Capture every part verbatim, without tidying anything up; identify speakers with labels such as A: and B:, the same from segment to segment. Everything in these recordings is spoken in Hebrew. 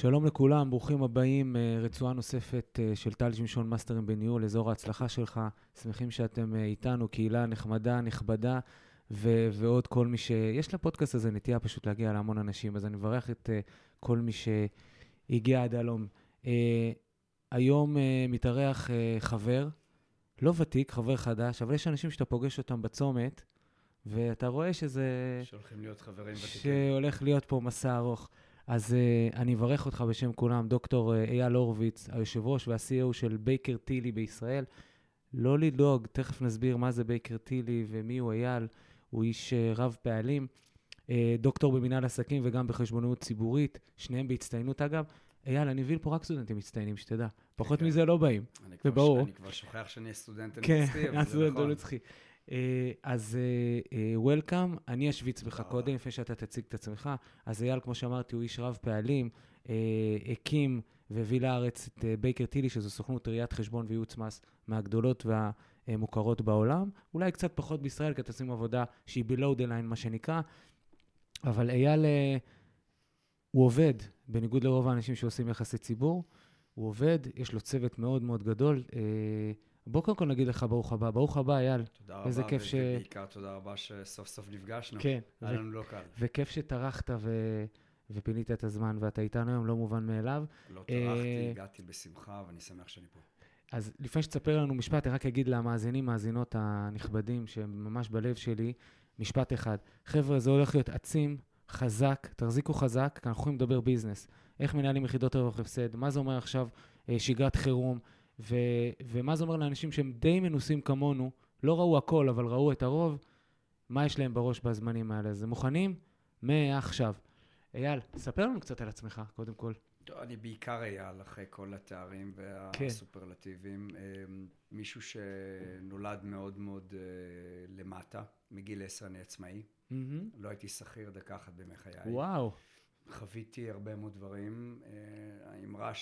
A: שלום לכולם, ברוכים הבאים, רצועה נוספת של טל שמשון מאסטרים בניהול, אזור ההצלחה שלך. שמחים שאתם איתנו, קהילה נחמדה, נכבדה, ו- ועוד כל מי ש... יש לפודקאסט הזה נטייה פשוט להגיע להמון אנשים, אז אני מברך את uh, כל מי שהגיע עד הלום. Uh, היום uh, מתארח uh, חבר, לא ותיק, חבר חדש, אבל יש אנשים שאתה פוגש אותם בצומת, ואתה רואה שזה...
B: שהולכים להיות חברים ותיקים.
A: שהולך להיות פה מסע ארוך. אז uh, אני אברך אותך בשם כולם, דוקטור uh, אייל הורוביץ, היושב ראש וה-סי אי או של בייקר טילי בישראל. לא לדאוג, תכף נסביר מה זה בייקר טילי ומי הוא אייל. הוא איש uh, רב פעלים, uh, דוקטור במנהל עסקים וגם בחשבונאות ציבורית, שניהם בהצטיינות אגב. אייל, אני מביל פה רק סטודנטים מצטיינים, שתדע. פחות
B: כן,
A: מזה לא באים.
B: אני כבר,
A: וברור.
B: אני כבר שוכח שאני סטודנט נצחי,
A: כן,
B: אבל זה נכון.
A: נצחי. אז וולקאם, אני אשוויץ בך קודם, לפני שאתה תציג את עצמך. אז אייל, כמו שאמרתי, הוא איש רב פעלים, הקים והביא לארץ את בייקר טילי, שזו סוכנות ראיית חשבון וייעוץ מס מהגדולות והמוכרות בעולם. אולי קצת פחות בישראל, כי אתה עושים עבודה שהיא below the line, מה שנקרא. אבל אייל, הוא עובד, בניגוד לרוב האנשים שעושים יחסי ציבור, הוא עובד, יש לו צוות מאוד מאוד גדול. בוא קודם כל נגיד לך ברוך הבא. ברוך הבא, אייל.
B: תודה רבה,
A: איזה כיף ש...
B: ובעיקר תודה רבה שסוף סוף נפגשנו.
A: כן.
B: היה לנו לא קל.
A: וכיף שטרחת ו... ופינית את הזמן, ואתה איתנו היום, לא מובן מאליו.
B: לא טרחתי, הגעתי בשמחה, ואני שמח שאני פה.
A: אז לפני שתספר לנו משפט, אני רק אגיד למאזינים, מאזינות הנכבדים, שהם ממש בלב שלי, משפט אחד. חבר'ה, זה הולך להיות עצים, חזק, תחזיקו חזק, כי אנחנו יכולים לדבר ביזנס. איך מנהלים יחידות רווח הפסד, מה זה אומר עכשיו שגרת חירום, ו- ומה זה אומר לאנשים שהם די מנוסים כמונו, לא ראו הכל, אבל ראו את הרוב, מה יש להם בראש בזמנים האלה. אז מוכנים? מעכשיו. אייל, ספר לנו קצת על עצמך, קודם כל.
B: טוב, אני בעיקר אייל, אחרי כל התארים והסופרלטיבים. כן. מישהו שנולד מאוד מאוד למטה, מגיל עשר אני עצמאי. Mm-hmm. לא הייתי שכיר דקה אחת בימי חיי.
A: וואו.
B: חוויתי הרבה מאוד דברים. האמרה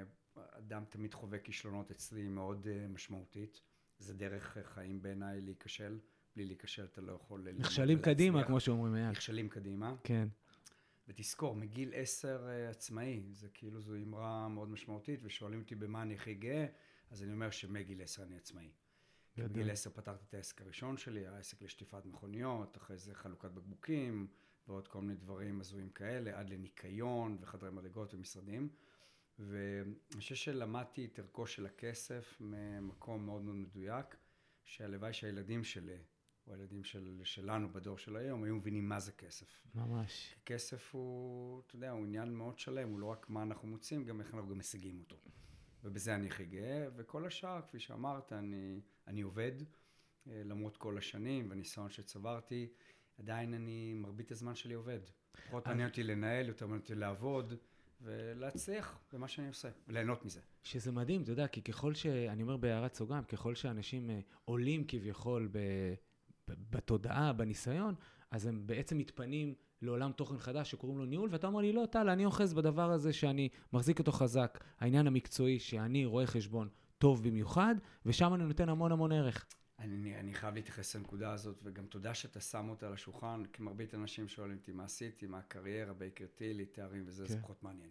B: שאדם תמיד חווה כישלונות אצלי מאוד משמעותית. זה דרך חיים בעיניי להיכשל. בלי להיכשל אתה לא יכול...
A: נכשלים קדימה, כמו שאומרים, אייל.
B: נכשלים קדימה.
A: כן.
B: ותזכור, מגיל עשר עצמאי, זה כאילו זו אמרה מאוד משמעותית, ושואלים אותי במה אני הכי גאה, אז אני אומר שמגיל עשר אני עצמאי. בגיל עשר פתחתי את העסק הראשון שלי, העסק לשטיפת מכוניות, אחרי זה חלוקת בקבוקים, ועוד כל מיני דברים הזויים כאלה, עד לניקיון וחדרי מדרגות ומשרדים. ואני חושב שלמדתי את ערכו של הכסף ממקום מאוד מאוד מדויק, שהלוואי שהילדים שלי, או הילדים של, שלנו בדור של היום, היו מבינים מה זה כסף.
A: ממש.
B: כסף הוא, אתה יודע, הוא עניין מאוד שלם, הוא לא רק מה אנחנו מוצאים, גם איך אנחנו גם משיגים אותו. ובזה אני הכי גאה, וכל השאר, כפי שאמרת, אני, אני עובד, למרות כל השנים, והניסיון שצברתי, עדיין אני, מרבית הזמן שלי עובד. פחות מעניין אותי לנהל, יותר מעניין אותי לעבוד, ולהצליח במה שאני עושה, וליהנות מזה.
A: שזה מדהים, אתה יודע, כי ככל ש... אני אומר בהערת סוגריים, ככל שאנשים עולים כביכול ב... בתודעה, בניסיון, אז הם בעצם מתפנים לעולם תוכן חדש שקוראים לו ניהול, ואתה אומר לי, לא, טל, אני אוחז בדבר הזה שאני מחזיק אותו חזק, העניין המקצועי שאני רואה חשבון טוב במיוחד, ושם אני נותן המון המון ערך.
B: אני, אני חייב להתייחס לנקודה הזאת, וגם תודה שאתה שם אותה על השולחן, כי מרבית אנשים שואלים אותי מה עשיתי, מה הקריירה, בייקר טילי, תארים וזה, זה פחות מעניין.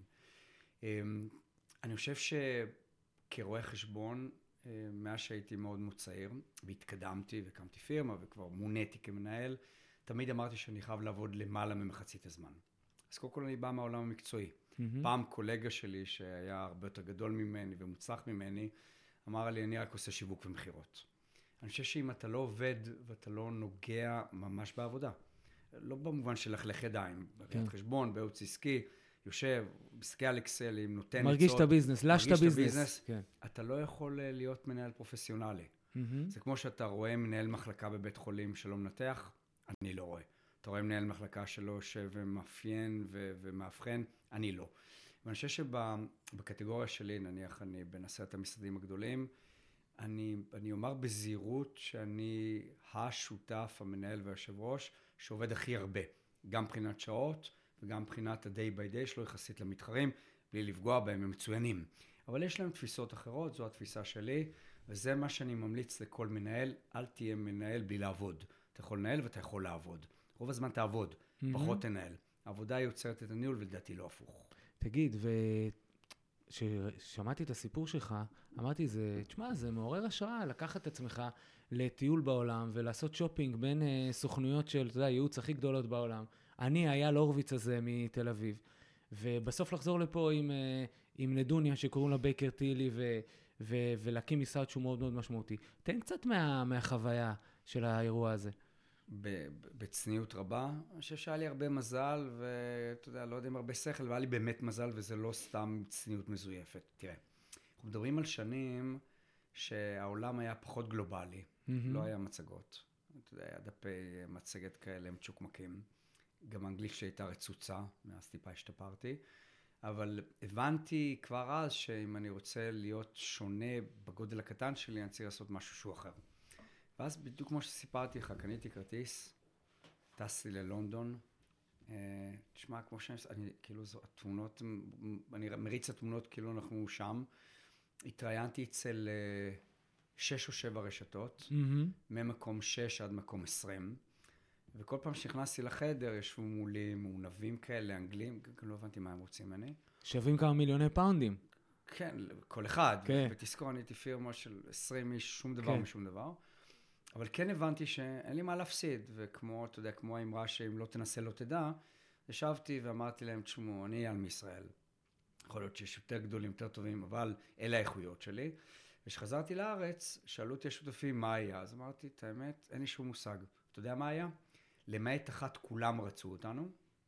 B: אני חושב שכרואה חשבון, מאז שהייתי מאוד מאוד צעיר, והתקדמתי והקמתי פירמה וכבר מוניתי כמנהל, תמיד אמרתי שאני חייב לעבוד למעלה ממחצית הזמן. אז קודם כל אני בא מהעולם המקצועי. Mm-hmm. פעם קולגה שלי שהיה הרבה יותר גדול ממני ומוצלח ממני, אמר לי, אני רק עושה שיווק ומחירות. אני חושב שאם אתה לא עובד ואתה לא נוגע ממש בעבודה, לא במובן של לחלך ידיים, בראיית חשבון, בייעוץ עסקי, יושב, מסתכל על אקסלים, נותן עצות.
A: מרגיש את הביזנס, לש את הביזנס.
B: כן. אתה לא יכול להיות מנהל פרופסיונלי. Mm-hmm. זה כמו שאתה רואה מנהל מחלקה בבית חולים שלא מנתח, אני לא רואה. אתה רואה מנהל מחלקה שלא יושב ומאפיין ו- ומאבחן, אני לא. ואני חושב שבקטגוריה שלי, נניח אני בין עשרת המשרדים הגדולים, אני, אני אומר בזהירות שאני השותף, המנהל והיושב ראש, שעובד הכי הרבה. גם מבחינת שעות, וגם מבחינת ה-day by day שלו יחסית למתחרים, בלי לפגוע בהם, הם מצוינים. אבל יש להם תפיסות אחרות, זו התפיסה שלי, וזה מה שאני ממליץ לכל מנהל, אל תהיה מנהל בלי לעבוד. אתה יכול לנהל ואתה יכול לעבוד. רוב הזמן תעבוד, mm-hmm. פחות תנהל. העבודה יוצרת את הניהול, ולדעתי לא הפוך.
A: תגיד, וכששמעתי את הסיפור שלך, אמרתי, זה, תשמע, זה מעורר השראה לקחת את עצמך לטיול בעולם ולעשות שופינג בין uh, סוכנויות של, אתה יודע, ייעוץ הכי גדולות בעולם. אני, היה לורוויץ הזה מתל אביב, ובסוף לחזור לפה עם, uh, עם נדוניה שקוראים לה בייקר טילי, ו, ו, ולהקים משרד שהוא מאוד מאוד משמעותי. תן קצת מה, מהחוויה של האירוע הזה.
B: בצניעות רבה, אני חושב שהיה לי הרבה מזל, ואתה יודע, לא יודע אם הרבה שכל, והיה לי באמת מזל, וזה לא סתם צניעות מזויפת. תראה, אנחנו מדברים על שנים שהעולם היה פחות גלובלי, mm-hmm. לא היה מצגות. אתה יודע, היה דפי מצגת כאלה, הם צ'וקמקים. גם האנגלית שהייתה רצוצה, מאז טיפה השתפרתי. אבל הבנתי כבר אז שאם אני רוצה להיות שונה בגודל הקטן שלי, אני צריך לעשות משהו שהוא אחר. ואז בדיוק כמו שסיפרתי לך, קניתי כרטיס, טסתי ללונדון. תשמע, כמו שאני, אני, כאילו זו התמונות, אני מריץ התמונות כאילו אנחנו שם. התראיינתי אצל שש או שבע רשתות, mm-hmm. ממקום שש עד מקום עשרים. וכל פעם שנכנסתי לחדר, ישבו מולי מעונבים כאלה, אנגלים, גם לא הבנתי מה הם רוצים ממני.
A: שווים כמה מיליוני פאונדים.
B: כן, כל אחד.
A: כן.
B: ותזכור, אני הייתי פירמה של עשרים איש, שום דבר
A: כן.
B: משום דבר. אבל כן הבנתי שאין לי מה להפסיד, וכמו, אתה יודע, כמו האמרה שאם לא תנסה לא תדע, ישבתי ואמרתי להם, תשמעו, אני על מישראל. יכול להיות שיש יותר גדולים, יותר טובים, אבל אלה האיכויות שלי. וכשחזרתי לארץ, שאלו אותי השותפים מה היה, אז אמרתי, את האמת, אין לי שום מושג. אתה יודע מה היה? למעט אחת כולם רצו אותנו,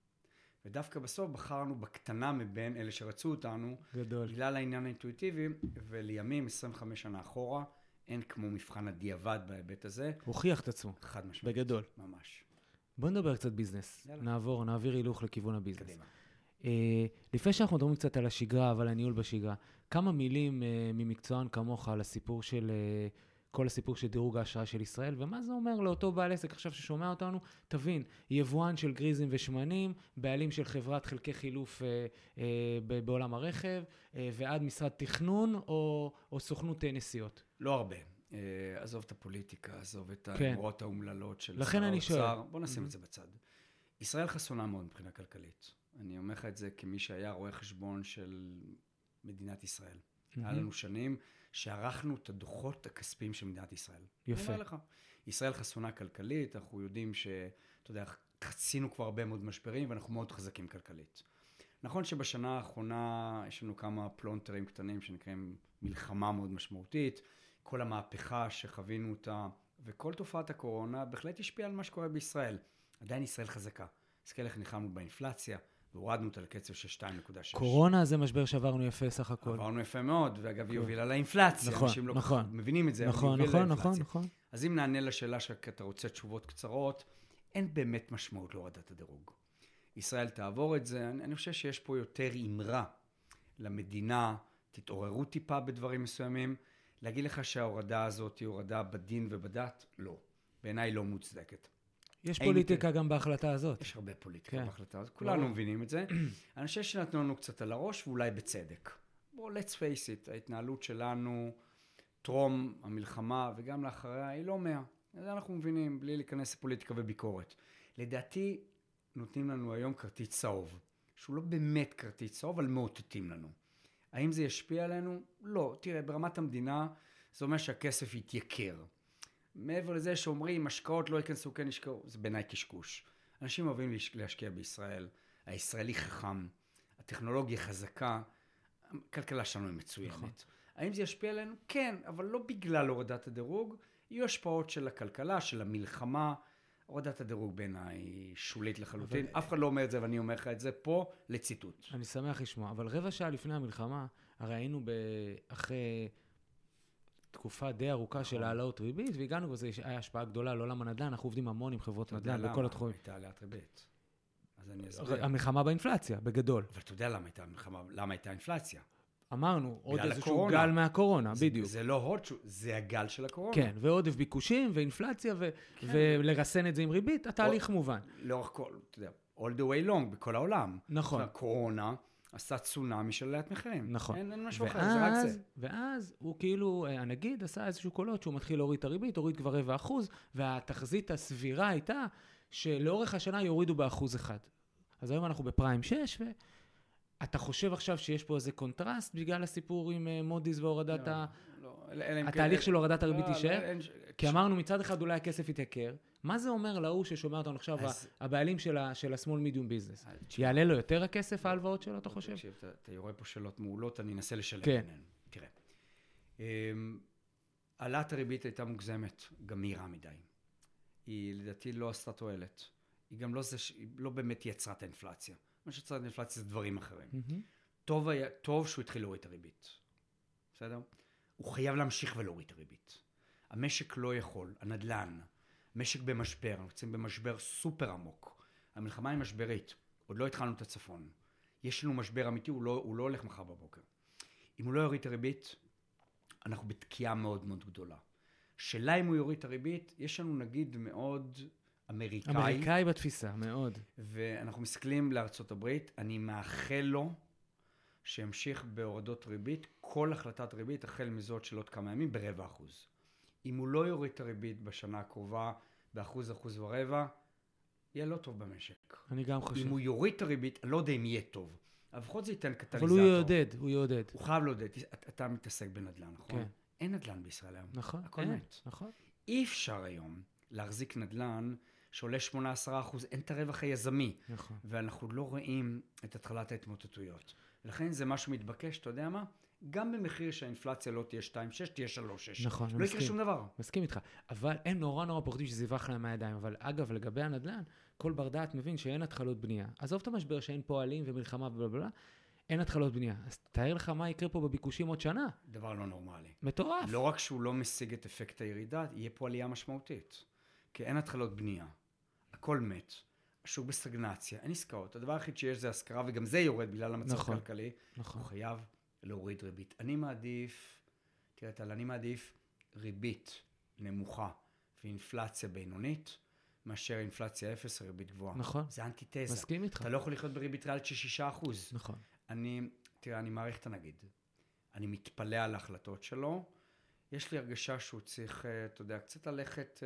B: ודווקא בסוף בחרנו בקטנה מבין אלה שרצו אותנו,
A: גדול.
B: בגלל העניין האינטואיטיבי, ולימים עשרים וחמש שנה אחורה, אין כמו מבחן הדיעבד בהיבט הזה.
A: הוכיח את עצמו.
B: חד משמעית.
A: בגדול.
B: ממש.
A: בוא נדבר קצת ביזנס.
B: יאללה.
A: נעבור, נעביר הילוך לכיוון הביזנס.
B: קדימה.
A: אה, לפני שאנחנו מדברים קצת על השגרה, אבל הניהול בשגרה, כמה מילים אה, ממקצוען כמוך על הסיפור של... אה, כל הסיפור של דירוג ההשראה של ישראל, ומה זה אומר לאותו בעל עסק עכשיו ששומע אותנו? תבין, יבואן של גריזים ושמנים, בעלים של חברת חלקי חילוף אה, אה, בעולם הרכב, אה, ועד משרד תכנון או, או סוכנות נסיעות.
B: לא הרבה. אה, עזוב את הפוליטיקה, עזוב את
A: כן.
B: האמרות האומללות של
A: לכן
B: שר
A: אני
B: האוצר.
A: שואל.
B: בוא נשים
A: Mm-hmm.
B: את זה בצד. ישראל חסונה מאוד מבחינה כלכלית. אני אומר לך את זה כמי שהיה רואה חשבון של מדינת ישראל. Mm-hmm. היה לנו שנים שערכנו את הדוחות הכספיים של מדינת ישראל.
A: יפה.
B: אני אומר לך, ישראל חסונה כלכלית, אנחנו יודעים שאתה יודע, חצינו כבר הרבה מאוד משברים, ואנחנו מאוד חזקים כלכלית. נכון שבשנה האחרונה יש לנו כמה פלונטרים קטנים שנקראים מלחמה מאוד משמעותית, כל המהפכה שחווינו אותה, וכל תופעת הקורונה בהחלט השפיעה על מה שקורה בישראל. עדיין ישראל חזקה. אז איך נלחמנו באינפלציה, והורדנו אותה לקצב של שתיים נקודה שש.
A: קורונה זה משבר שעברנו יפה סך הכל.
B: עברנו יפה מאוד, ואגב היא הובילה לאינפלציה.
A: נכון,
B: אנשים לא
A: נכון.
B: מבינים את זה,
A: נכון, נכון, נכון, נכון.
B: אז אם נענה לשאלה שאתה רוצה תשובות קצרות, אין באמת משמעות להורדת הדירוג. ישראל תעבור את זה, אני, אני חושב שיש פה יותר אמרה למדינה, תתעוררו טיפה בדברים מסוימים, להגיד לך שההורדה הזאת היא הורדה בדין ובדת? לא. בעיניי לא מוצדקת.
A: יש פוליטיקה גם בהחלטה הזאת.
B: יש הרבה פוליטיקה בהחלטה הזאת, כולנו מבינים את זה. אני חושב שנתנו לנו קצת על הראש, ואולי בצדק. בוא, let's face it, ההתנהלות שלנו, טרום המלחמה, וגם לאחריה, היא לא מאה. זה אנחנו מבינים, בלי להיכנס לפוליטיקה וביקורת. לדעתי, נותנים לנו היום כרטיס צהוב, שהוא לא באמת כרטיס צהוב, אבל מאותתים לנו. האם זה ישפיע עלינו? לא. תראה, ברמת המדינה, זה אומר שהכסף יתייקר. מעבר לזה שאומרים, השקעות לא ייכנסו, כן ישקעו, זה בעיניי קשקוש. אנשים אוהבים להשקיע בישראל, הישראלי חכם, הטכנולוגיה חזקה, הכלכלה שלנו היא מצוינת. נכון. האם זה ישפיע עלינו? כן, אבל לא בגלל הורדת הדירוג, יהיו השפעות של הכלכלה, של המלחמה, הורדת הדירוג בעיניי שולית לחלוטין. אבל... אף אחד לא אומר את זה, ואני אומר לך את זה פה לציטוט.
A: אני שמח לשמוע, אבל רבע שעה לפני המלחמה, הרי היינו אחרי... תקופה די ארוכה של העלאות ריבית, והגענו וזה היה השפעה גדולה על עולם הנדל"ן, אנחנו עובדים המון עם חברות נדל"ן בכל התחומים.
B: הייתה העלאת ריבית. אז אני אסביר.
A: המלחמה באינפלציה, בגדול.
B: אבל אתה יודע למה הייתה המלחמה, למה הייתה אינפלציה?
A: אמרנו, עוד איזשהו גל מהקורונה, בדיוק.
B: זה לא עוד, זה הגל של הקורונה.
A: כן, ועודף ביקושים ואינפלציה, ולרסן את זה עם ריבית, התהליך מובן.
B: לאורך כל, אתה יודע, all the way long, בכל העולם.
A: נכון.
B: הקורונה עשה צונאמי של עליית מחירים.
A: נכון.
B: אין, אין משהו אחר, זה רק זה.
A: ואז הוא כאילו, הנגיד עשה איזשהו קולות שהוא מתחיל להוריד את הריבית, הוריד כבר רבע אחוז, והתחזית הסבירה הייתה שלאורך השנה יורידו באחוז אחד. אז היום אנחנו בפריים שש, אתה חושב עכשיו שיש פה איזה קונטרסט בגלל הסיפור עם מודי'ס והורדת ה... התהליך של הורדת הריבית יישאר? כי אמרנו מצד אחד אולי הכסף יתייקר, מה זה אומר להוא ששומע אותנו עכשיו, הבעלים של ה-small medium business? יעלה לו יותר הכסף ההלוואות שלו, אתה חושב?
B: אתה יורה פה שאלות מעולות, אני אנסה לשלם בינינו. תראה, העלאת הריבית הייתה מוגזמת, גם מהירה מדי. היא לדעתי לא עשתה תועלת. היא גם לא באמת יצרה את האינפלציה. מה שיצרה את האינפלציה זה דברים אחרים. טוב שהוא התחיל להוריד את הריבית. בסדר? הוא חייב להמשיך ולהוריד את הריבית. המשק לא יכול, הנדל"ן, משק במשבר, אנחנו יוצאים במשבר סופר עמוק. המלחמה היא משברית, עוד לא התחלנו את הצפון. יש לנו משבר אמיתי, הוא לא, הוא לא הולך מחר בבוקר. אם הוא לא יוריד את הריבית, אנחנו בתקיעה מאוד מאוד גדולה. שאלה אם הוא יוריד את הריבית, יש לנו נגיד מאוד אמריקאי.
A: אמריקאי בתפיסה, מאוד.
B: ואנחנו מסתכלים לארצות הברית, אני מאחל לו שימשיך בהורדות ריבית, כל החלטת ריבית, החל מזאת של עוד כמה ימים, ברבע אחוז. אם הוא לא יוריד את הריבית בשנה הקרובה, באחוז, אחוז ורבע, יהיה לא טוב במשק.
A: אני גם חושב.
B: אם הוא יוריד את הריבית, אני לא יודע אם יהיה טוב. אבל לפחות זה ייתן קטליזטור.
A: אבל הוא יעודד, הוא יעודד.
B: הוא חייב לעודד. אתה מתעסק בנדל"ן, נכון?
A: כן.
B: אין נדל"ן בישראל היום.
A: נכון.
B: הכל
A: אין,
B: מת.
A: נכון.
B: אי אפשר היום להחזיק נדל"ן שעולה שמונה עד עשרה אחוז, אין את הרווח היזמי.
A: נכון.
B: ואנחנו לא רואים את התחלת ההתמוטטויות. ולכן זה משהו מתבקש, אתה יודע מה? גם במחיר שהאינפלציה לא תהיה שתיים נקודה שש, תהיה שלוש נקודה שש.
A: נכון,
B: לא יקרה שום דבר.
A: מסכים איתך. אבל הם נורא נורא פוחדים שזה יברח להם מהידיים. אבל אגב, לגבי הנדל"ן, כל בר דעת מבין שאין התחלות בנייה. עזוב את המשבר שאין פועלים ומלחמה ובלבלה, אין התחלות בנייה. אז תאר לך מה יקרה פה בביקושים עוד שנה.
B: דבר לא נורמלי.
A: מטורף.
B: לא רק שהוא לא משיג את אפקט הירידה, יהיה פה עלייה משמעותית. כי אין התחלות בנייה. הכל מת. השוק בסטגנציה, אין עסקאות. הדבר היחיד שיש זה השכרה, וגם זה יורד בגלל המצב
A: נכון,
B: הכלכלי.
A: נכון.
B: הוא חייב להוריד ריבית. אני מעדיף, תראה, טל, אני מעדיף ריבית נמוכה ואינפלציה בינונית, מאשר אינפלציה אפס וריבית גבוהה.
A: נכון.
B: זה אנטיתזה.
A: מסכים איתך.
B: אתה לא יכול לחיות בריבית ריאלית של שישה אחוז.
A: נכון.
B: אני, תראה, אני מעריך את הנגיד. אני מתפלא על ההחלטות שלו. יש לי הרגשה שהוא צריך, אתה יודע, קצת ללכת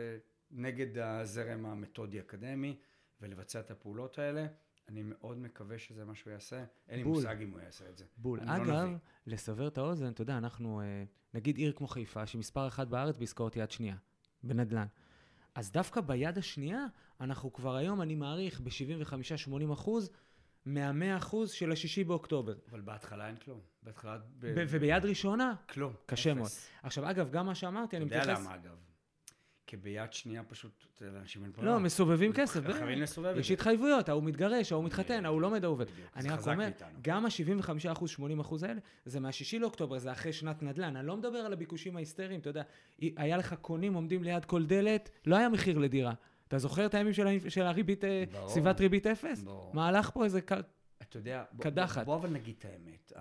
B: נגד הזרם המתודי אקדמי, ולבצע את הפעולות האלה. אני מאוד מקווה שזה מה שהוא יעשה. אין לי מושג אם הוא יעשה את זה.
A: בול. אגב, לא לסבר את האוזן, אתה יודע, אנחנו, נגיד עיר כמו חיפה, שמספר אחד בארץ בעסקאות יד שנייה, בנדל"ן. אז דווקא ביד השנייה, אנחנו כבר היום, אני מעריך, ב-שבעים וחמישה שמונים אחוז, מה-מאה אחוז של השישי באוקטובר.
B: אבל בהתחלה אין כלום. בהתחלה...
A: ב- וביד ראשונה?
B: כלום.
A: קשה מאוד. עכשיו, אגב, גם מה שאמרתי, אני מתייחס...
B: אתה יודע למה, אגב? כי ביד שנייה פשוט, אתה יודע, לאנשים אין פה...
A: לא, מסובבים כסף.
B: חייבים לסובב את זה.
A: יש התחייבויות, ההוא מתגרש, ההוא מתחתן, ההוא לומד, ההוא עובד. אני רק אומר, גם ה-שבעים וחמישה אחוז, שמונים אחוז האלה, זה מה-שישי לאוקטובר, זה אחרי שנת נדל"ן. אני לא מדבר על הביקושים ההיסטריים, אתה יודע, היה לך קונים, עומדים ליד כל דלת, לא היה מחיר לדירה. אתה זוכר את הימים של הריבית, סביבת ריבית אפס? מה הלך פה איזה קדחת?
B: אתה יודע, בוא אבל נגיד את האמת.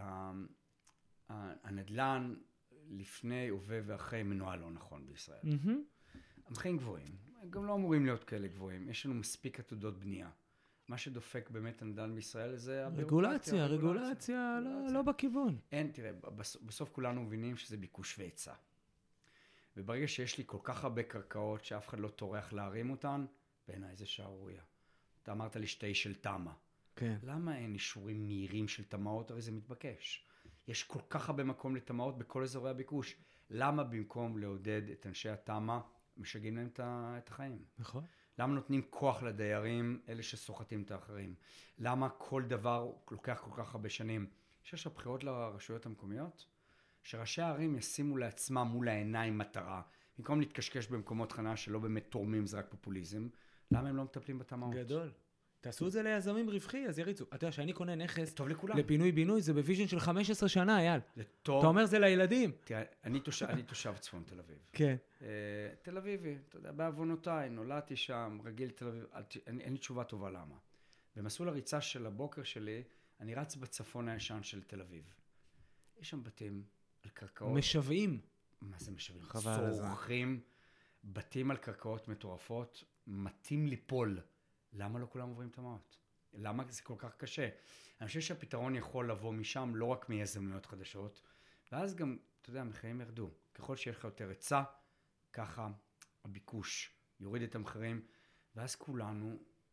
B: הנדל"ן לפני, הווה ואחרי מנוהל לא נכון בישראל. המחירים גבוהים, גם לא אמורים להיות כאלה גבוהים, יש לנו מספיק עתודות בנייה. מה שדופק באמת הנדל"ן בישראל זה
A: רגולציה, רגולציה, לא בכיוון.
B: אין, תראה, בסוף כולנו מבינים שזה ביקוש והיצע. וברגע שיש לי כל כך הרבה קרקעות שאף אחד לא טורח להרים אותן, בעיניי זה שערוריה. אתה אמרת לי שתי של תמה.
A: כן.
B: למה אין אישורים מהירים של תמאות? הרי זה מתבקש. יש כל כך הרבה מקום לתמאות בכל אזורי הביקוש. למה במקום לעודד את אנשי התמה, משגעים להם את החיים?
A: נכון.
B: למה נותנים כוח לדיירים, אלה שסוחטים את האחרים? למה כל דבר לוקח כל כך הרבה שנים? שיש הבחירות לרשויות המקומיות, שראשי הערים ישימו לעצמם מול העיניים מטרה, במקום להתקשקש במקומות חנה שלא באמת תורמים, זה רק פופוליזם, למה הם לא מטפלים בתמאות?
A: גדול. תעשו את זה ליזמים רווחי, אז יריצו. אתה יודע, שאני קונה נכס
B: לפינוי-בינוי,
A: זה בוויז'ן של חמש עשרה שנה, אייל.
B: זה טוב.
A: אתה אומר זה לילדים.
B: תראה, אני תושב, אני תושב צפון תל אביב.
A: כן.
B: תל אביבי, אתה יודע, בעוונותיי, נולדתי שם, רגיל תל אביב, אין לי תשובה טובה למה. במסלול הריצה של הבוקר שלי, אני רץ בצפון הישן של תל אביב. יש שם בתים על קרקעות.
A: משוועים.
B: מה זה משוועים? צורכים בתים על קרקעות מטורפות, מתים ליפול. למה לא כולם עוברים תמ"אות? למה זה כל כך קשה? אני חושב שהפתרון יכול לבוא משם, לא רק מיזמויות חדשות, ואז גם, אתה יודע, המחירים ירדו. ככל שיש לך יותר היצע, ככה הביקוש יוריד את המחירים, ואז כולנו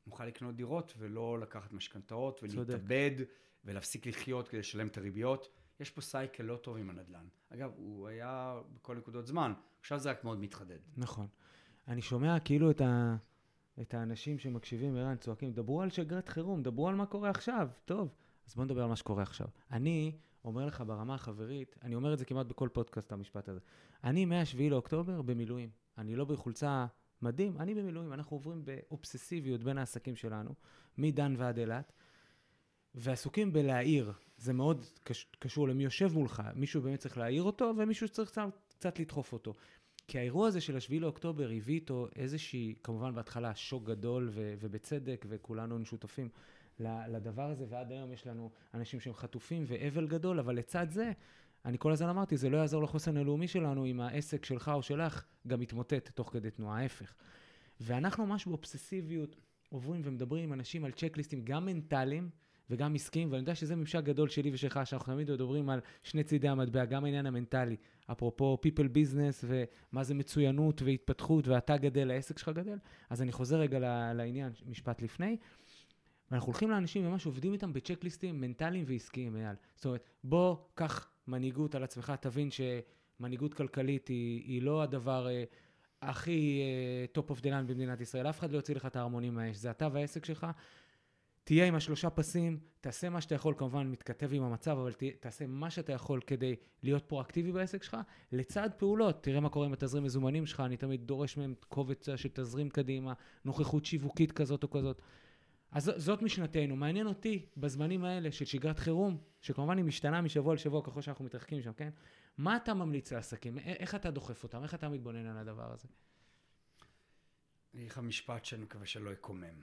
B: נוכל לקנות דירות ולא לקחת משכנתאות ולהתאבד ולהפסיק לחיות כדי לשלם את הריביות. יש פה סייקל לא טוב עם הנדל"ן. אגב, הוא היה בכל נקודות זמן, עכשיו זה רק מאוד מתחדד.
A: נכון. אני שומע כאילו את, ה... את האנשים שמקשיבים, ערן, צועקים, דברו על שגרת חירום, דברו על מה קורה עכשיו, טוב. אז בוא נדבר על מה שקורה עכשיו. אני אומר לך ברמה החברית, אני אומר את זה כמעט בכל פודקאסט המשפט הזה. אני מהשביעי לאוקטובר במילואים. אני לא בחולצה מדהים, אני במילואים. אנחנו עוברים באובססיביות בין העסקים שלנו, מדן ועד אילת, ועסוקים בלהעיר. זה מאוד קשור למי יושב מולך. מישהו באמת צריך להעיר אותו, ומישהו צריך קצת, קצת לדחוף אותו. כי האירוע הזה של השביעי לאוקטובר הביא איתו איזושהי, כמובן בהתחלה, שוק גדול ו- ובצדק, וכולנו שותפים לדבר הזה, ועד היום יש לנו אנשים שהם חטופים ואבל גדול, אבל לצד זה, אני כל הזמן אמרתי, זה לא יעזור לחוסן הלאומי שלנו, אם העסק שלך או שלך גם מתמוטט תוך כדי תנועה, ההפך. ואנחנו ממש באובססיביות עוברים ומדברים עם אנשים על צ'קליסטים, גם מנטליים וגם עסקיים, ואני יודע שזה ממשק גדול שלי ושלך, שאנחנו תמיד מדברים על שני צידי המטבע, גם העניין המנטלי, אפרופו people business ומה זה מצוינות והתפתחות, ואתה גדל, העסק שלך גדל, אז אני חוזר רגע לעניין, משפט לפני, ואנחנו הולכים לאנשים ממש עובדים איתם בצ'קליסטים מנטליים ועסקיים, אייל. זאת אומרת, בוא, קח מנהיגות על עצמך, תבין שמנהיגות כלכלית היא, היא לא הדבר uh, הכי uh, top of the line במדינת ישראל. אף אחד לא יוציא לך את ההרמונים מהאש. זה אתה והעסק שלך. תהיה עם השלושה פסים, תעשה מה שאתה יכול, כמובן מתכתב עם המצב, אבל ת, תעשה מה שאתה יכול כדי להיות פרואקטיבי בעסק שלך, לצד פעולות. תראה מה קורה עם התזרים מזומנים שלך, אני תמיד דורש מהם קובץ של תזרים קדימה, נוכחות שיווקית כזאת או כזאת. אז זאת משנתנו. מעניין אותי בזמנים האלה של שגרת חירום, שכמובן היא משתנה משבוע לשבוע ככל שאנחנו מתרחקים שם, כן? מה אתה ממליץ לעסקים? איך אתה דוחף אותם? איך אתה מתבונן על הדבר הזה?
B: אני אגיד לך משפט שאני מקווה שלא יקומם.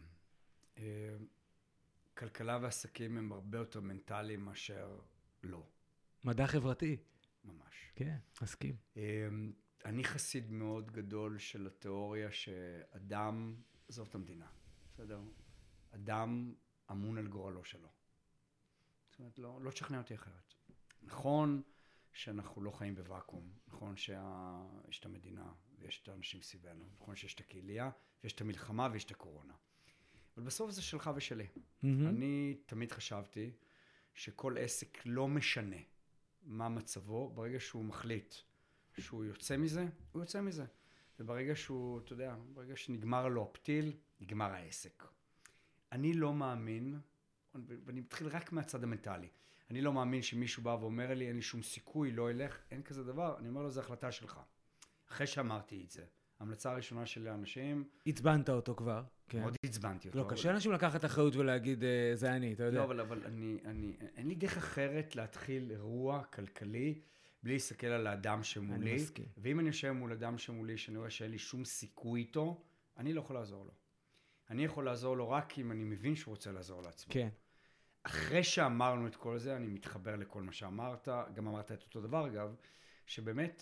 B: כלכלה ועסקים הם הרבה יותר מנטליים מאשר לא.
A: מדע חברתי.
B: ממש.
A: כן, מסכים.
B: אני חסיד מאוד גדול של התיאוריה שאדם עזוב את המדינה. בסדר? אדם אמון על גורלו שלו. זאת אומרת, לא, לא תשכנע אותי אחרת. נכון שאנחנו לא חיים בוואקום, נכון שיש את המדינה ויש את האנשים סביבנו, נכון שיש את הקהילייה ויש את המלחמה ויש את הקורונה. אבל בסוף זה שלך ושלי. Mm-hmm. אני תמיד חשבתי שכל עסק לא משנה מה מצבו, ברגע שהוא מחליט שהוא יוצא מזה, הוא יוצא מזה. וברגע שהוא, אתה יודע, ברגע שנגמר לו הפתיל, נגמר העסק. אני לא מאמין, ואני מתחיל רק מהצד המנטלי, אני לא מאמין שמישהו בא ואומר לי, אין לי שום סיכוי, לא אלך, אין כזה דבר, אני אומר לו, זו החלטה שלך. אחרי שאמרתי את זה, ההמלצה הראשונה של האנשים...
A: הצבנת אותו כבר. כן.
B: מאוד הצבנתי אותו.
A: לא, קשה אנשים לקחת אחריות ולהגיד, זה אני, אתה יודע.
B: לא, אבל, אבל אני, אני, אין לי דרך אחרת להתחיל אירוע כלכלי, בלי להסתכל על האדם שמולי.
A: אני מסכים.
B: ואם אני יושב מול אדם שמולי, שאני רואה שאין לי שום סיכוי איתו, אני לא יכול לעזור לו. אני יכול לעזור לו רק אם אני מבין שהוא רוצה לעזור לעצמו.
A: כן.
B: אחרי שאמרנו את כל זה, אני מתחבר לכל מה שאמרת, גם אמרת את אותו דבר אגב, שבאמת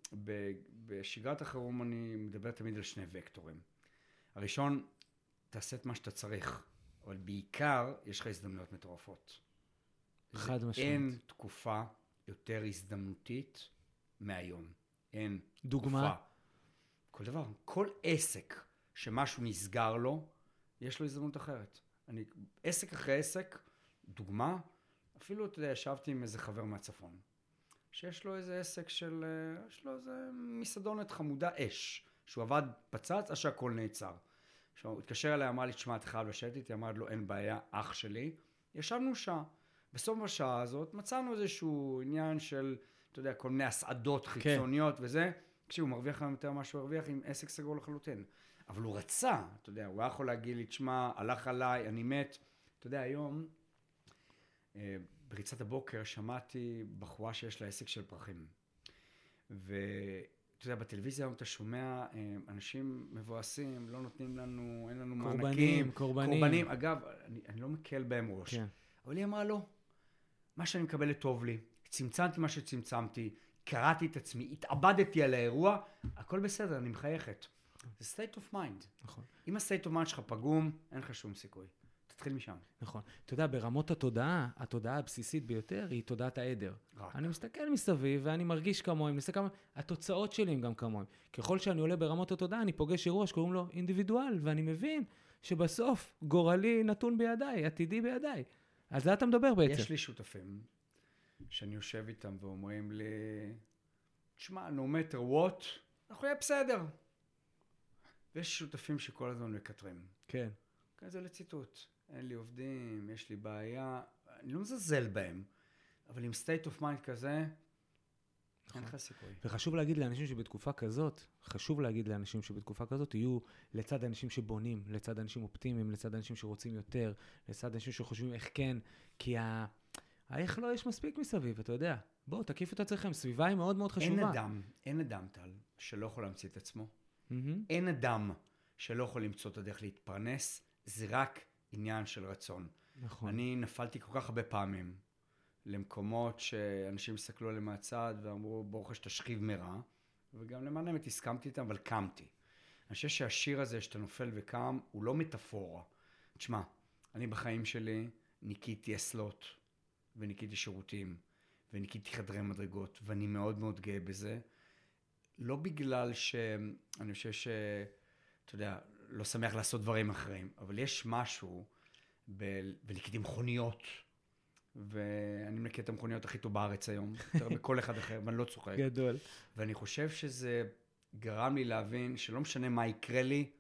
B: בשגרת החירום אני מדבר תמיד על שני וקטורים. הראשון, תעשה את מה שאתה צריך, אבל בעיקר יש לך הזדמנויות מטורפות.
A: חד משמעית.
B: אין תקופה יותר הזדמנותית מהיום. אין
A: דוגמה?
B: תקופה. כל דבר, כל עסק שמשהו נסגר לו, יש לו הזדמנות אחרת. אני, עסק אחרי עסק, דוגמה, אפילו, אתה יודע, ישבתי עם איזה חבר מהצפון, שיש לו איזה עסק של, יש לו איזה מסעדונת חמודה אש, שהוא עבד פצץ, עד שהכל נעצר. עכשיו, הוא התקשר אליי, אמר לי, תשמע, אתה חייב לשבת איתי, אמר לו, אין בעיה, אח שלי. ישבנו שעה. בסוף השעה הזאת, מצאנו איזשהו עניין של, אתה יודע, כל מיני הסעדות חיצוניות כן. וזה, כשהוא מרוויח להם יותר מה שהוא הרוויח עם עסק סגור לחלוטין. אבל הוא רצה, אתה יודע, הוא היה יכול להגיד לי, תשמע, הלך עליי, אני מת. אתה יודע, היום, בריצת הבוקר, שמעתי בחורה שיש לה עסק של פרחים. ואתה יודע, בטלוויזיה היום אתה שומע, אנשים מבואסים, לא נותנים לנו, אין לנו
A: קורבנים,
B: מענקים.
A: קורבנים.
B: קורבנים. אגב, אני, אני לא מקל בהם ראש.
A: כן.
B: אבל היא אמרה, לא, מה שאני מקבלת טוב לי, צמצמתי מה שצמצמתי, קראתי את עצמי, התאבדתי על האירוע, הכל בסדר, אני מחייכת. זה state of mind.
A: נכון.
B: אם ה-state of mind שלך פגום, אין לך שום סיכוי. תתחיל משם.
A: נכון. אתה יודע, ברמות התודעה, התודעה הבסיסית ביותר היא תודעת העדר.
B: רק.
A: אני מסתכל מסביב ואני מרגיש כמוהם, מסתכל כמוהם, התוצאות שלי הם גם כמוהם. ככל שאני עולה ברמות התודעה, אני פוגש אירוע שקוראים לו אינדיבידואל, ואני מבין שבסוף גורלי נתון בידיי, עתידי בידיי. על זה אתה מדבר בעצם.
B: יש לי שותפים שאני יושב איתם ואומרים לי, תשמע, no matter what, אנחנו נהיה בסדר. ויש שותפים שכל הזמן מקטרים.
A: כן.
B: כזה לציטוט. אין לי עובדים, יש לי בעיה, אני לא מזלזל בהם, אבל עם state of mind כזה, אין לך סיכוי.
A: וחשוב להגיד לאנשים שבתקופה כזאת, חשוב להגיד לאנשים שבתקופה כזאת, יהיו לצד אנשים שבונים, לצד אנשים אופטימיים, לצד אנשים שרוצים יותר, לצד אנשים שחושבים איך כן, כי ה... איך לא יש מספיק מסביב, אתה יודע. בואו, תקיפו את עצמכם, סביבה היא מאוד מאוד חשובה.
B: אין אדם, אין אדם, טל, שלא יכול להמציא את עצמו. Mm-hmm. אין אדם שלא יכול למצוא את הדרך להתפרנס, זה רק עניין של רצון.
A: נכון.
B: אני נפלתי כל כך הרבה פעמים למקומות שאנשים הסתכלו עליהם מהצד ואמרו, ברוך שתשכיב מרע, וגם למען האמת הסכמתי איתם, אבל קמתי. אני חושב שהשיר הזה שאתה נופל וקם, הוא לא מטאפורה. תשמע, אני בחיים שלי ניקיתי אסלות, וניקיתי שירותים, וניקיתי חדרי מדרגות, ואני מאוד מאוד גאה בזה. לא בגלל שאני חושב ש... אתה יודע, לא שמח לעשות דברים אחרים, אבל יש משהו, ב... וניקיתי מכוניות, ואני מנקה את המכוניות הכי טוב בארץ היום, יותר בכל אחד אחר, ואני לא צוחק.
A: גדול.
B: ואני חושב שזה גרם לי להבין שלא משנה מה יקרה לי,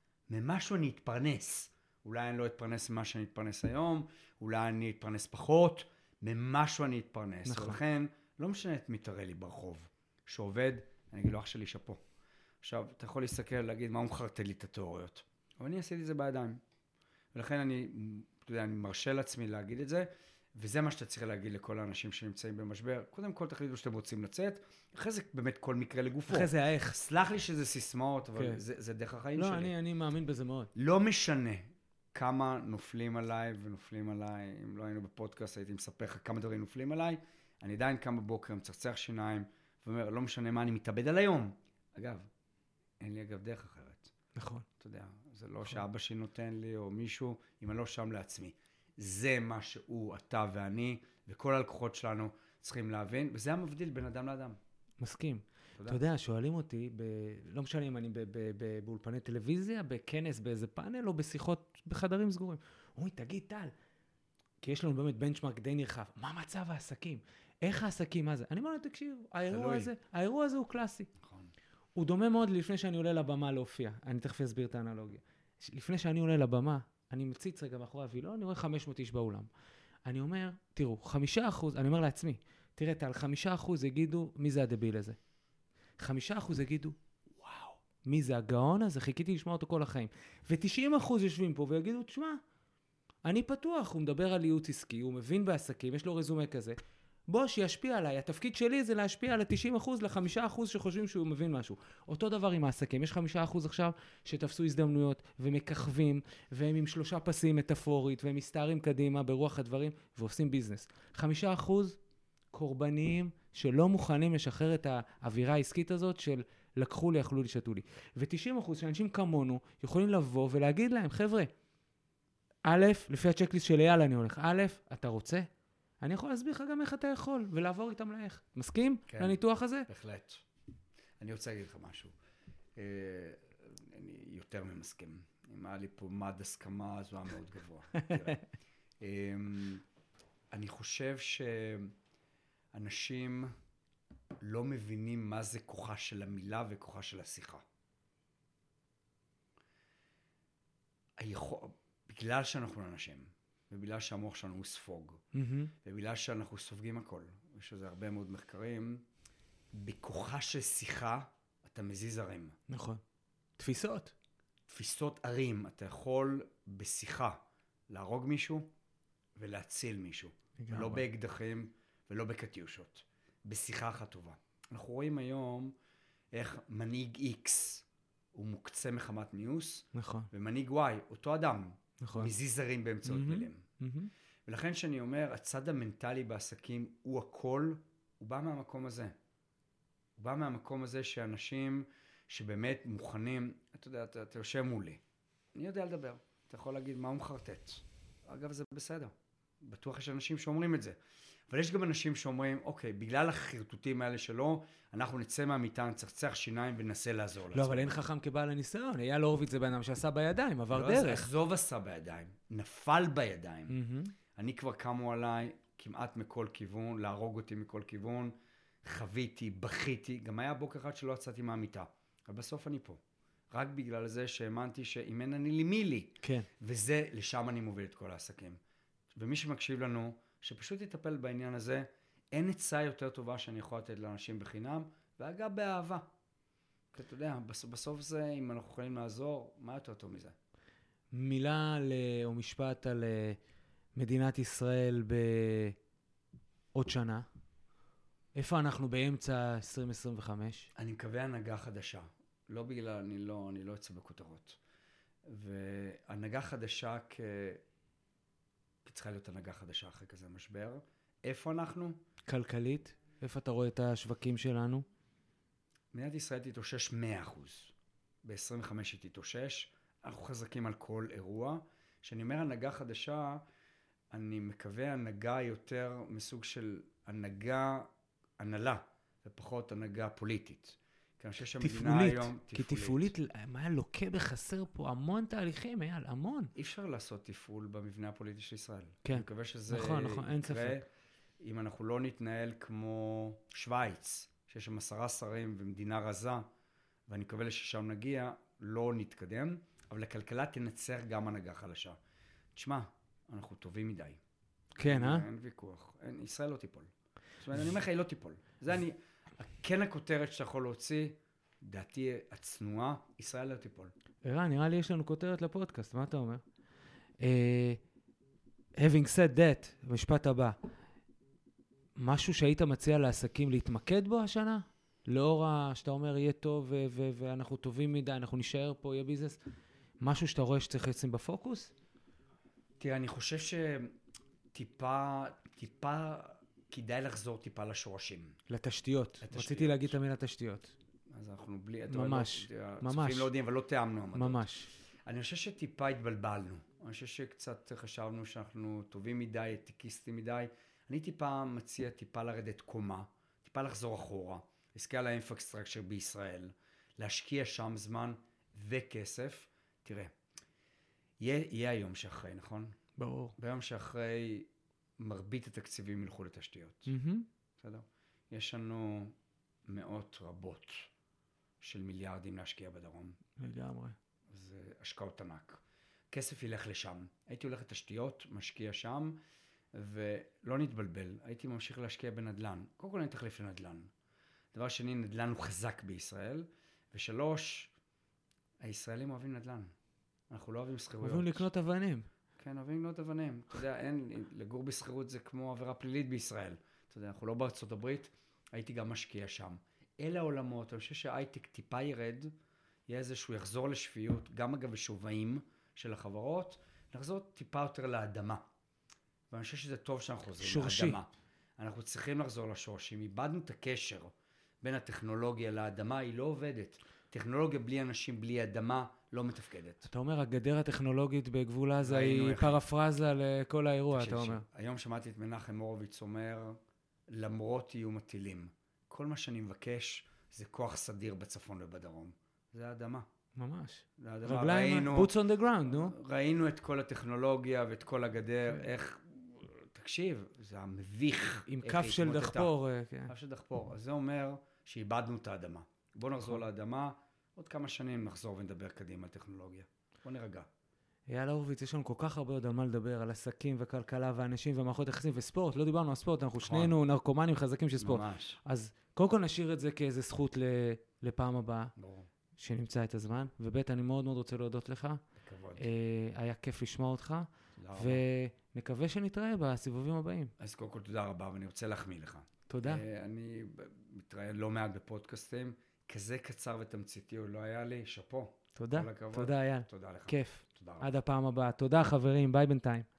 B: ממשהו אני אתפרנס. אולי אני לא אתפרנס ממה שאני אתפרנס היום, אולי אני אתפרנס פחות, ממשהו אני אתפרנס.
A: נכון.
B: ולכן, לא משנה את מי תראה לי ברחוב. שעובד, אני אגיד לו, אח שלי, שפו. עכשיו, אתה יכול להסתכל, להגיד, מה הוא מחרטט לי את התיאוריות? אבל אני עשיתי את זה בידיים. ולכן אני, אתה יודע, אני מרשה לעצמי להגיד את זה, וזה מה שאתה צריך להגיד לכל האנשים שנמצאים במשבר. קודם כל, תחליטו שאתם רוצים לצאת, אחרי זה באמת כל מקרה לגופו.
A: אחרי זה האיך.
B: סלח לי שזה סיסמאות, אבל
A: כן.
B: זה, זה דרך החיים
A: לא,
B: שלי.
A: אני, אני מאמין בזה מאוד.
B: לא משנה כמה נופלים עליי ונופלים עליי, אם לא היינו בפודקאסט, הייתי מספר לך כמה דברים נופלים עליי, אני עדיין קם בבוקר, מצחצח שיניים, ואומר, לא משנה מה, אני מתאבד על היום. אגב, אין לי אגב דרך אחרת.
A: נכון.
B: אתה יודע, זה לא שאבא שלי נותן לי, או מישהו, אם אני לא שם לעצמי. זה מה שהוא, אתה ואני, וכל הלקוחות שלנו צריכים להבין, וזה המבדיל בין אדם לאדם.
A: מסכים.
B: תודה.
A: אתה יודע, שואלים אותי, ב... לא משנה אם אני ב... ב... ב... באולפני טלוויזיה, בכנס, באיזה פאנל, או בשיחות בחדרים סגורים. אומרים, תגיד, טל, כי יש לנו באמת בנצ'מרק די נרחב, מה מצב העסקים? איך העסקים, מה זה? אני אומר לו, תקשיב, האירוע הזה, האירוע הזה הוא קלאסי.
B: נכון.
A: הוא דומה מאוד לפני שאני עולה לבמה להופיע. אני תכף אסביר את האנלוגיה. לפני שאני עולה לבמה, אני מציץ רגע מאחורי הווילון, אני רואה חמש מאות איש באולם. אני אומר, תראו, חמישה אחוז, אני אומר לעצמי, תראה, על חמישה אחוז יגידו, מי זה הדביל הזה? חמישה אחוז יגידו, וואו, מי זה הגאון הזה? חיכיתי לשמוע אותו כל החיים. ו-תשעים אחוז יושבים פה ויגידו, תשמע, אני פתוח, הוא מדבר על ייעוץ עסקי, הוא מבין בעסקים, יש לו רזומה כזה. בוא, שישפיע עליי. התפקיד שלי זה להשפיע על ה-תשעים אחוז ל-חמישה אחוז שחושבים שהוא מבין משהו. אותו דבר עם העסקים. יש חמישה אחוז עכשיו שתפסו הזדמנויות ומככבים, והם עם שלושה פסים מטאפורית, והם מסתערים קדימה ברוח הדברים, ועושים ביזנס. חמישה אחוז קורבניים שלא מוכנים לשחרר את האווירה העסקית הזאת של לקחו לי, אכלו לי, שתו לי. ו-תשעים אחוז שאנשים כמונו יכולים לבוא ולהגיד להם, חבר'ה, א', לפי הצ'קליסט של אייל אני הולך, א', אתה רוצה? אני יכול להסביר לך גם איך אתה יכול, ולעבור איתם לאיך. מסכים?
B: כן.
A: לניתוח הזה?
B: בהחלט. אני רוצה להגיד לך משהו. אה, אני יותר ממסכים. אם היה לי פה מד הסכמה, אז הוא היה מאוד גבוה. תראה. אה, אני חושב שאנשים לא מבינים מה זה כוחה של המילה וכוחה של השיחה. היכול... בגלל שאנחנו אנשים, ובגלל שהמוח שלנו הוא ספוג, mm-hmm. ובגלל שאנחנו סופגים הכל, יש לזה הרבה מאוד מחקרים, בכוחה של שיחה אתה מזיז ערים.
A: נכון. תפיסות.
B: תפיסות ערים. אתה יכול בשיחה להרוג מישהו ולהציל מישהו. לגמרי. לא באקדחים ולא בקטיושות. בשיחה אחת טובה. אנחנו רואים היום איך מנהיג X הוא מוקצה מחמת מיוס,
A: נכון.
B: ומנהיג Y, אותו אדם, נכון. מזיז ערים באמצעות mm-hmm. מילים. Mm-hmm. ולכן שאני אומר, הצד המנטלי בעסקים הוא הכל, הוא בא מהמקום הזה. הוא בא מהמקום הזה שאנשים שבאמת מוכנים, אתה יודע, אתה, אתה יושב מולי, אני יודע לדבר, אתה יכול להגיד מה הוא מחרטט. אגב, זה בסדר. בטוח יש אנשים שאומרים את זה. אבל יש גם אנשים שאומרים, אוקיי, בגלל החרטוטים האלה שלו, אנחנו נצא מהמיטה, נצחצח שיניים וננסה לעזור לעצמנו.
A: לא, אבל אין חכם כבעל הניסיון. אייל הורוביץ זה בן אדם שעשה בידיים, עבר
B: לא,
A: דרך.
B: עזוב עשה בידיים, נפל בידיים. Mm-hmm. אני כבר קמו עליי כמעט מכל כיוון, להרוג אותי מכל כיוון, חוויתי, בכיתי, גם היה בוקר אחד שלא יצאתי מהמיטה. אבל בסוף אני פה. רק בגלל זה שהאמנתי שאם אין אני לי מי לי.
A: כן.
B: וזה, לשם אני מוביל את כל העסקים. ומי שמקשיב לנו, שפשוט יטפל בעניין הזה, אין עצה יותר טובה שאני יכול לתת לאנשים בחינם, ואגב באהבה. כי אתה יודע, בסוף, בסוף זה, אם אנחנו יכולים לעזור, מה יותר טוב מזה?
A: מילה ל... או משפט על מדינת ישראל בעוד שנה. איפה אנחנו באמצע עשרים עשרים וחמש?
B: אני מקווה הנהגה חדשה. לא בגלל, אני לא, אני לא יוצא בכותרות. והנהגה חדשה כ... צריכה להיות הנהגה חדשה אחרי כזה משבר. איפה אנחנו?
A: כלכלית? איפה אתה רואה את השווקים שלנו?
B: מדינת ישראל תתאושש מאה אחוז. ב-עשרים וחמש היא תתאושש. אנחנו חזקים על כל אירוע. כשאני אומר הנהגה חדשה, אני מקווה הנהגה יותר מסוג של הנהגה, הנהלה, ופחות הנהגה פוליטית. כי אני חושב שהמדינה היום
A: תפעולית. כי תפעולית, מה היה לוקה בחסר פה? המון תהליכים, אייל, המון.
B: אי אפשר לעשות תפעול במבנה הפוליטי של ישראל.
A: כן.
B: אני מקווה שזה
A: נכון, נכון, אין ספק.
B: אם אנחנו לא נתנהל כמו שוויץ, שיש שם עשרה שרים ומדינה רזה, ואני מקווה ששם נגיע, לא נתקדם, אבל לכלכלה תנצח גם הנהגה חלשה. תשמע, אנחנו טובים מדי.
A: כן, אה?
B: אין ויכוח. אין, ישראל לא תיפול. זאת אומרת, אני אומר לך, היא לא תיפול. זה אני, כן הכותרת שאתה יכול להוציא, דעתי הצנועה, ישראל לא תיפול.
A: ערן, נראה לי יש לנו כותרת לפודקאסט, מה אתה אומר? Uh, having said that, המשפט הבא, משהו שהיית מציע לעסקים להתמקד בו השנה? לאור שאתה אומר, יהיה טוב ו- ו- ואנחנו טובים מדי, אנחנו נשאר פה, יהיה ביזנס. משהו שאתה רואה שצריך לשים בפוקוס?
B: תראה, אני חושב שטיפה, טיפה, כדאי לחזור טיפה לשורשים.
A: לתשתיות. לתשתיות. רציתי להגיד את המילה תשתיות.
B: אז אנחנו בלי...
A: ממש,
B: לא,
A: ממש.
B: צופים לא יודעים, אבל לא תיאמנו עמדות.
A: ממש.
B: אני חושב שטיפה התבלבלנו. אני חושב שקצת חשבנו שאנחנו טובים מדי, טקיסטים מדי. אני טיפה מציע טיפה לרדת קומה, טיפה לחזור אחורה, להסתכל על האינפרסטרקצ'ר בישראל, להשקיע שם זמן וכסף. תראה, יהיה, יהיה היום שאחרי, נכון?
A: ברור.
B: ביום שאחרי מרבית התקציבים ילכו לתשתיות.
A: Mm-hmm.
B: בסדר? יש לנו מאות רבות של מיליארדים להשקיע בדרום.
A: לגמרי.
B: זה השקעות ענק. כסף ילך לשם. הייתי הולך לתשתיות, משקיע שם, ולא נתבלבל. הייתי ממשיך להשקיע בנדלן. קודם כל אני תחליף לנדלן. דבר שני, נדלן הוא חזק בישראל. ושלוש, הישראלים אוהבים נדלן. אנחנו לא אוהבים שכירויות.
A: אוהבים לקנות אבנים.
B: כן, אוהבים לקנות אבנים. אתה יודע, אין, לגור בשכירות זה כמו עבירה פלילית בישראל. אתה יודע, אנחנו לא בארצות הברית, הייתי גם משקיע שם. אלה העולמות, אני חושב שההייטק טיפה ירד, יהיה איזשהו יחזור לשפיות, גם אגב בשווים של החברות, נחזור טיפה יותר לאדמה. ואני חושב שזה טוב שאנחנו חוזרים
A: שורשי.
B: לאדמה. אנחנו צריכים לחזור לשורשים. איבדנו את הקשר בין הטכנולוגיה לאדמה, היא לא עובדת. טכנולוגיה בלי אנשים, בלי אדמה, לא מתפקדת.
A: אתה אומר, הגדר הטכנולוגית בגבול עזה היא פרפרזה לכל האירוע, אתה אומר.
B: היום שמעתי את מנחם הורוביץ אומר, למרות איום הטילים, כל מה שאני מבקש זה כוח סדיר בצפון ובדרום. זה האדמה.
A: ממש.
B: זה האדמה.
A: רגליים,
B: ראינו,
A: boots on the ground, נו.
B: ראינו את כל הטכנולוגיה ואת כל הגדר, איך, תקשיב, זה המביך.
A: עם כף של דחפור.
B: כף של דחפור. אז זה אומר שאיבדנו את האדמה. בוא נחזור לאדמה, עוד כמה שנים נחזור ונדבר קדימה על טכנולוגיה. בוא נרגע.
A: אייל הורוביץ, יש לנו כל כך הרבה עוד על מה לדבר, על עסקים וכלכלה ואנשים ומערכות יחסים וספורט. לא דיברנו על ספורט, אנחנו שנינו נרקומנים חזקים של ספורט.
B: ממש.
A: אז קודם כל נשאיר את זה כאיזו זכות לפעם הבאה.
B: ברור.
A: שנמצא את הזמן. ובית, אני מאוד מאוד רוצה להודות לך.
B: בכבוד.
A: היה כיף לשמוע אותך. ונקווה שנתראה בסיבובים הבאים.
B: אז קודם כל תודה רבה, ואני רוצה להחמיא לך.
A: תודה.
B: אני מתראיין לא מעט בפודקאסטים. כזה קצר ותמציתי הוא לא היה לי, שפו.
A: תודה, תודה אייל.
B: תודה לך.
A: כיף.
B: תודה רבה.
A: עד הפעם הבאה. תודה חברים, ביי בינתיים.